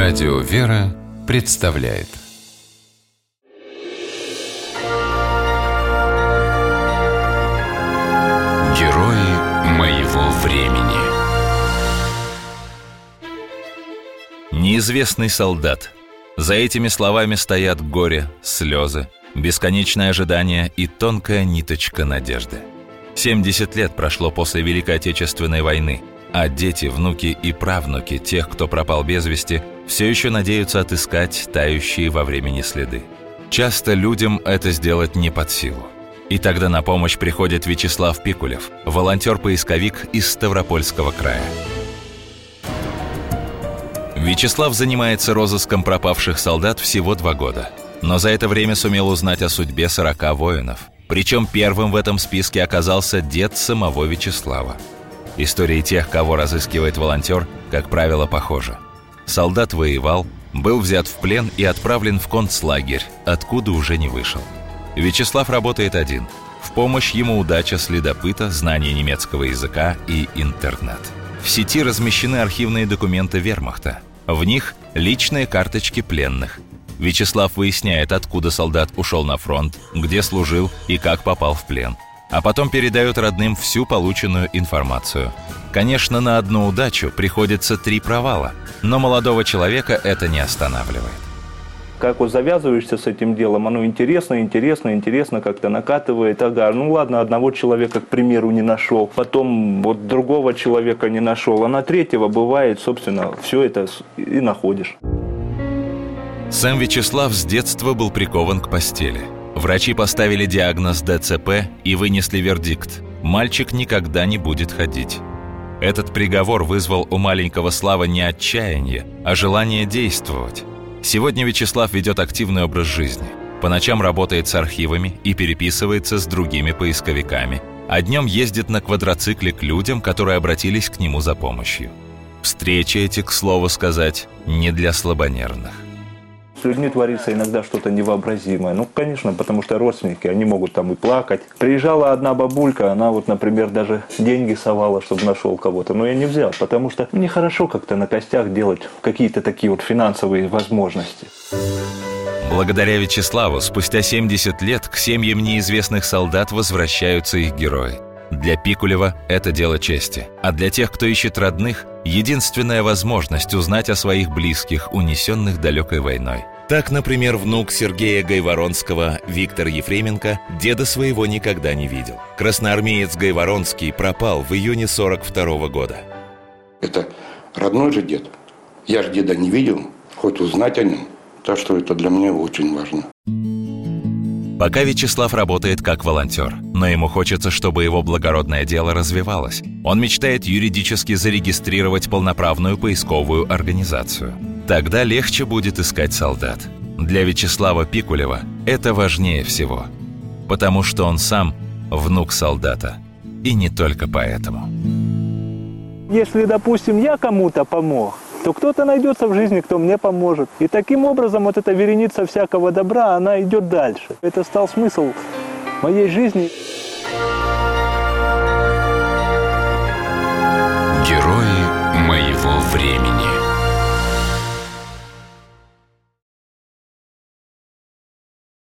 Радио «Вера» представляет Герои моего времени. Неизвестный солдат. За этими словами стоят горе, слезы, бесконечное ожидание и тонкая ниточка надежды. 70 лет прошло после Великой Отечественной войны, а дети, внуки и правнуки тех, кто пропал без вести, все еще надеются отыскать тающие во времени следы. Часто людям это сделать не под силу. И тогда на помощь приходит Вячеслав Пикулев, волонтер-поисковик из Ставропольского края. Вячеслав занимается розыском пропавших солдат всего 2 года, но за это время сумел узнать о судьбе 40 воинов. Причем первым в этом списке оказался дед самого Вячеслава. Истории тех, кого разыскивает волонтер, как правило, похожи. Солдат воевал, был взят в плен и отправлен в концлагерь, откуда уже не вышел. Вячеслав работает один. В помощь ему удача следопыта, знание немецкого языка и интернет. В сети размещены архивные документы вермахта. В них личные карточки пленных. Вячеслав выясняет, откуда солдат ушел на фронт, где служил и как попал в плен. А потом передает родным всю полученную информацию. Конечно, на одну удачу приходится 3 провала, но молодого человека это не останавливает. Как вот завязываешься с этим делом, оно интересно, как-то накатывает. Ага, ну ладно, одного человека, к примеру, не нашел, потом вот другого человека не нашел, а на 3-го бывает, собственно, все это и находишь. Сам Вячеслав с детства был прикован к постели. Врачи поставили диагноз ДЦП и вынесли вердикт: мальчик никогда не будет ходить. Этот приговор вызвал у маленького Славы не отчаяние, а желание действовать. Сегодня Вячеслав ведет активный образ жизни. По ночам работает с архивами и переписывается с другими поисковиками, а днем ездит на квадроцикле к людям, которые обратились к нему за помощью. Встречи эти, к слову сказать, не для слабонервных. С людьми творится иногда что-то невообразимое. Ну, конечно, потому что родственники, они могут там и плакать. Приезжала одна бабулька, она вот, например, даже деньги совала, чтобы нашел кого-то. Но я не взял, потому что нехорошо как-то на костях делать какие-то такие вот финансовые возможности. Благодаря Вячеславу спустя 70 лет к семьям неизвестных солдат возвращаются их герои. Для Пикулева это дело чести, а для тех, кто ищет родных, единственная возможность узнать о своих близких, унесенных далекой войной. Так, например, внук Сергея Гайворонского, Виктор Ефременко, деда своего никогда не видел. Красноармеец Гайворонский пропал в июне 1942 года. Это родной же дед. Я же деда не видел, хоть узнать о нем. Так что это для меня очень важно. Пока Вячеслав работает как волонтер, но ему хочется, чтобы его благородное дело развивалось. Он мечтает юридически зарегистрировать полноправную поисковую организацию. Тогда легче будет искать солдат. Для Вячеслава Пикулева это важнее всего, потому что он сам внук солдата. И не только поэтому. Если, допустим, я кому-то помог, то кто-то найдется в жизни, кто мне поможет. И таким образом вот эта вереница всякого добра, она идет дальше. Это стал смысл моей жизни. Герои моего времени.